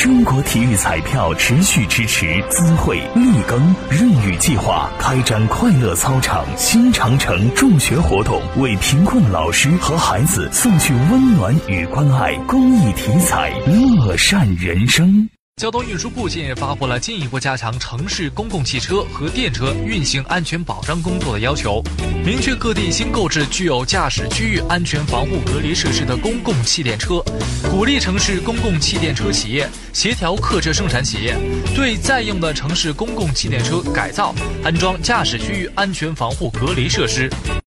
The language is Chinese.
中国体育彩票持续支持资惠、立耕、润宇计划开展快乐操场新长城助学活动，为贫困老师和孩子送去温暖与关爱。公益体彩，乐善人生。 交通运输部近日发布了进一步加强城市公共汽车和电车运行安全保障工作的要求，明确各地新购置具有驾驶区域安全防护隔离设施的公共气电车，鼓励城市公共气电车企业协调客车生产企业对在用的城市公共气电车改造安装驾驶区域安全防护隔离设施。